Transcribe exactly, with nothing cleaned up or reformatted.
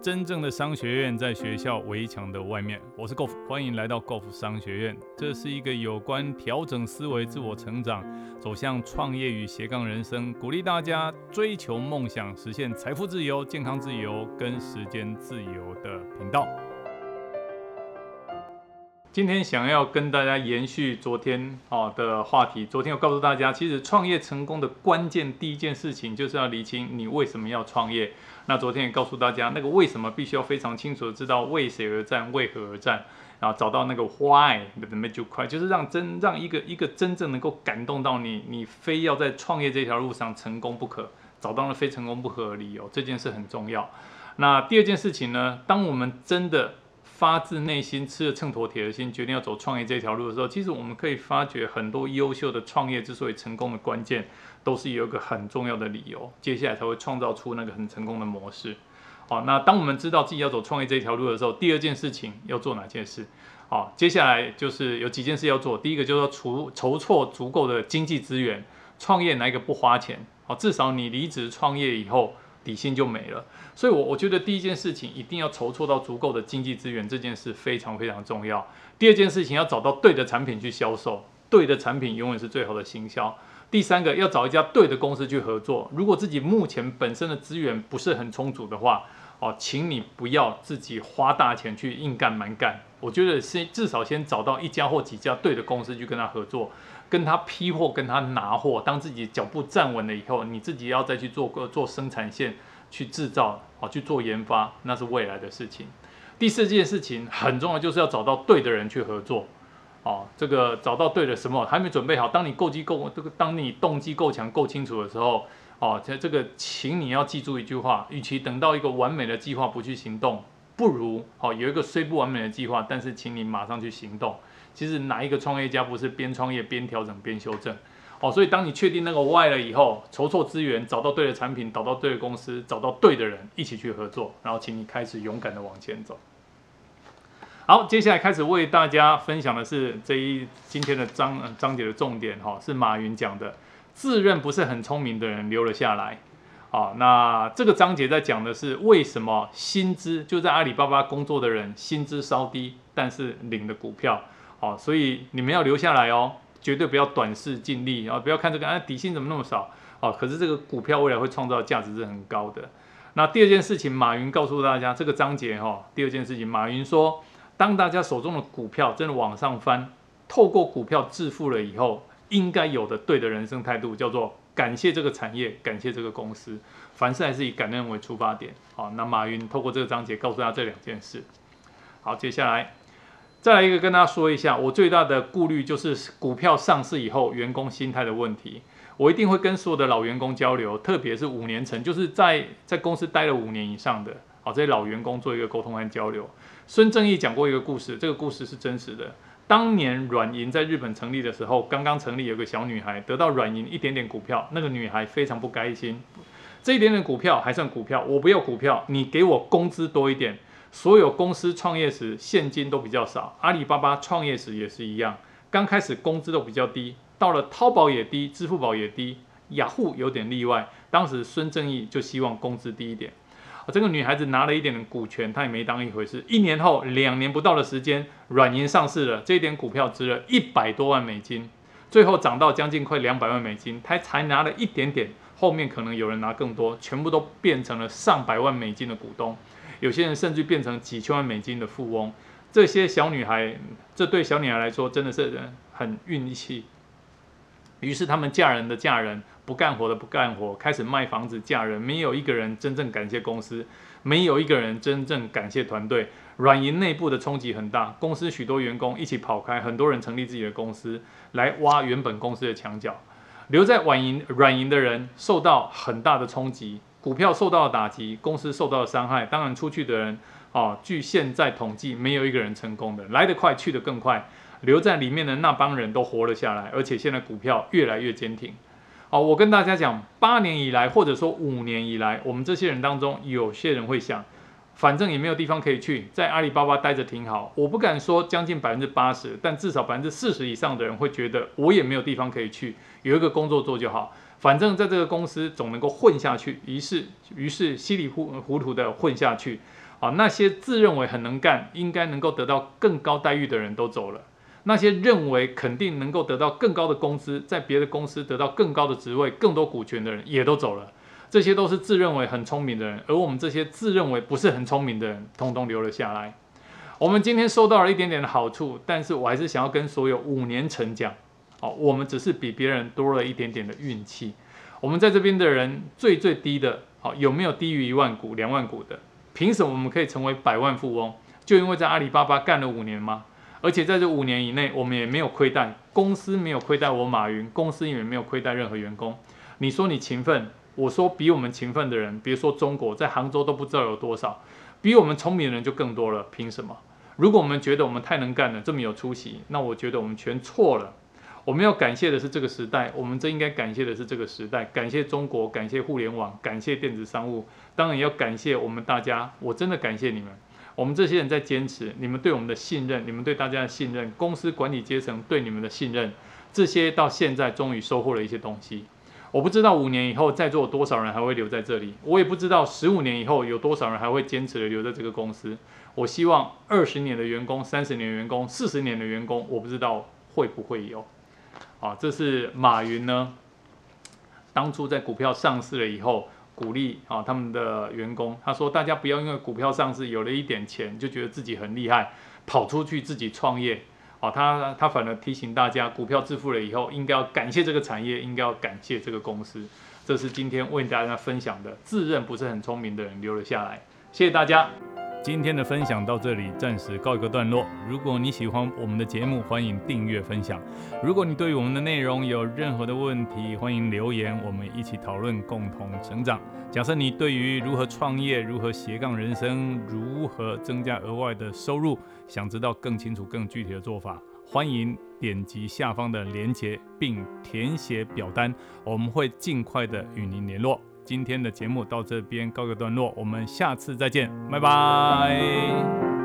真正的商学院在学校围墙的外面。我是 Golf， 欢迎来到 Golf 商学院。这是一个有关调整思维、自我成长、走向创业与斜杠人生，鼓励大家追求梦想、实现财富自由、健康自由跟时间自由的频道。今天想要跟大家延续昨天的话题，昨天我告诉大家，其实创业成功的关键第一件事情就是要厘清你为什么要创业。那昨天也告诉大家，那个为什么必须要非常清楚的知道为谁而战，为何而战，然后找到那个 why 的 make you cry， 就是让真让一个一个真正能够感动到你，你非要在创业这条路上成功不可，找到了非成功不可的理由，这件事很重要。那第二件事情呢，当我们真的发自内心吃了秤砣铁的心，决定要走创业这条路的时候，其实我们可以发觉很多优秀的创业之所以成功的关键，都是有一个很重要的理由，接下来才会创造出那个很成功的模式。好，那当我们知道自己要走创业这条路的时候，第二件事情要做哪件事？好，接下来就是有几件事要做。第一个就是要筹筹措足够的经济资源，创业哪一个不花钱？好，至少你离职创业以后，底薪就没了。所以我，我觉得第一件事情一定要筹措到足够的经济资源，这件事非常非常重要。第二件事情要找到对的产品去销售，对的产品永远是最好的行销。第三个要找一家对的公司去合作。如果自己目前本身的资源不是很充足的话，哦，请你不要自己花大钱去硬干蛮干。我觉得先至少先找到一家或几家对的公司去跟他合作，跟他批货，跟他拿货。当自己脚步站稳了以后，你自己要再去做做生产线。去制造，好去做研发，那是未来的事情。第四件事情很重要，就是要找到对的人去合作。哦，这个找到对的什么还没准备好，当你够机够这个，当你动机够强、够清楚的时候，哦，这个，请你要记住一句话：与其等到一个完美的计划不去行动，不如哦有一个虽不完美的计划，但是请你马上去行动。其实哪一个创业家不是边创业边调整边修正？哦，所以当你确定那个 why 了以后，筹措资源，找到对的产品，找到对的公司，找到对的人，一起去合作，然后请你开始勇敢的往前走。好，接下来开始为大家分享的是这一今天的章章节的重点哈，是马云讲的，自认不是很聪明的人留了下来。好，那这个章节在讲的是为什么薪资就在阿里巴巴工作的人薪资稍低，但是领的股票好，所以你们要留下来哦。绝对不要短视尽力啊！不要看这个啊，底薪怎么那么少哦？可是这个股票未来会创造的价值是很高的。那第二件事情，马云告诉大家这个章节哈、哦，第二件事情，马云说，当大家手中的股票真的往上翻，透过股票致富了以后，应该有的对的人生态度叫做感谢这个产业，感谢这个公司，凡事还是以感恩为出发点。好，那马云透过这个章节告诉大家这两件事。好，接下来。再来一个跟大家说一下，我最大的顾虑就是股票上市以后员工心态的问题。我一定会跟所有的老员工交流，特别是五年层，就是在在公司待了五年以上的，好这些老员工做一个沟通和交流。孙正义讲过一个故事，这个故事是真实的。当年软银在日本成立的时候，刚刚成立，有个小女孩得到软银一点点股票，那个女孩非常不开心。这一点点股票还算股票，我不要股票，你给我工资多一点。所有公司创业时现金都比较少，阿里巴巴创业时也是一样，刚开始工资都比较低，到了淘宝也低，支付宝也低，雅虎有点例外。当时孙正义就希望工资低一点。这个女孩子拿了一点点股权，她也没当一回事。一年后，两年不到的时间，软银上市了，这一点股票值了一百多万美金，最后涨到将近快两百万美金，她才拿了一点点，后面可能有人拿更多，全部都变成了上百万美金的股东。有些人甚至变成几千万美金的富翁，这些小女孩，这对小女孩来说真的是很运气。于是他们嫁人的嫁人，不干活的不干活，开始卖房子嫁人，没有一个人真正感谢公司，没有一个人真正感谢团队。软银内部的冲击很大，公司许多员工一起跑开，很多人成立自己的公司来挖原本公司的墙角，留在软银软银的人受到很大的冲击。股票受到了打击，公司受到了伤害，当然出去的人，哦，据现在统计，没有一个人成功的，来得快去得更快，留在里面的那帮人都活了下来，而且现在股票越来越坚挺。哦，我跟大家讲，八年以来，或者说五年以来，我们这些人当中，有些人会想，反正也没有地方可以去，在阿里巴巴待着挺好。我不敢说将近百分之八十，但至少百分之四十以上的人会觉得，我也没有地方可以去，有一个工作做就好。 反正在这个公司总能够混下去，于是于是稀里糊涂的混下去。啊，那些自认为很能干，应该能够得到更高待遇的人都走了。那些认为肯定能够得到更高的工资，在别的公司得到更高的职位、更多股权的人也都走了。这些都是自认为很聪明的人，而我们这些自认为不是很聪明的人，通通留了下来。我们今天收到了一点点的好处，但是我还是想要跟所有五年成讲，哦，我们只是比别人多了一点点的运气。我们在这边的人最最低的，哦，有没有低于一万股、两万股的？凭什么我们可以成为百万富翁？就因为在阿里巴巴干了五年吗？而且在这五年以内，我们也没有亏待公司，没有亏待我马云，公司也没有亏待任何员工。你说你勤奋，我说比我们勤奋的人，别说中国，在杭州都不知道有多少，比我们聪明的人就更多了。凭什么？如果我们觉得我们太能干了，这么有出息，那我觉得我们全错了。我们要感谢的是这个时代，我们真应该感谢的是这个时代，感谢中国，感谢互联网，感谢电子商务，当然也要感谢我们大家，我真的感谢你们。我们这些人在坚持，你们对我们的信任，你们对大家的信任，公司管理阶层对你们的信任，这些到现在终于收获了一些东西。我不知道五年以后在座有多少人还会留在这里，我也不知道十五年以后有多少人还会坚持的留在这个公司。我希望二十年的员工、三十年的员工、四十年的员工，我不知道会不会有。啊，这是马云呢，当初在股票上市了以后，鼓励啊他们的员工，他说大家不要因为股票上市有了一点钱，就觉得自己很厉害，跑出去自己创业。啊，他他反而提醒大家，股票致富了以后，应该要感谢这个产业，应该要感谢这个公司。这是今天为大家分享的，自认不是很聪明的人留了下来。谢谢大家。今天的分享到这里，暂时告一个段落。如果你喜欢我们的节目，欢迎订阅分享。如果你对于我们的内容有任何的问题，欢迎留言，我们一起讨论，共同成长。假设你对于如何创业、如何斜杠人生、如何增加额外的收入，想知道更清楚、更具体的做法，欢迎点击下方的连结，并填写表单，我们会尽快的与您联络。今天的节目到这边告个段落，我们下次再见，拜拜。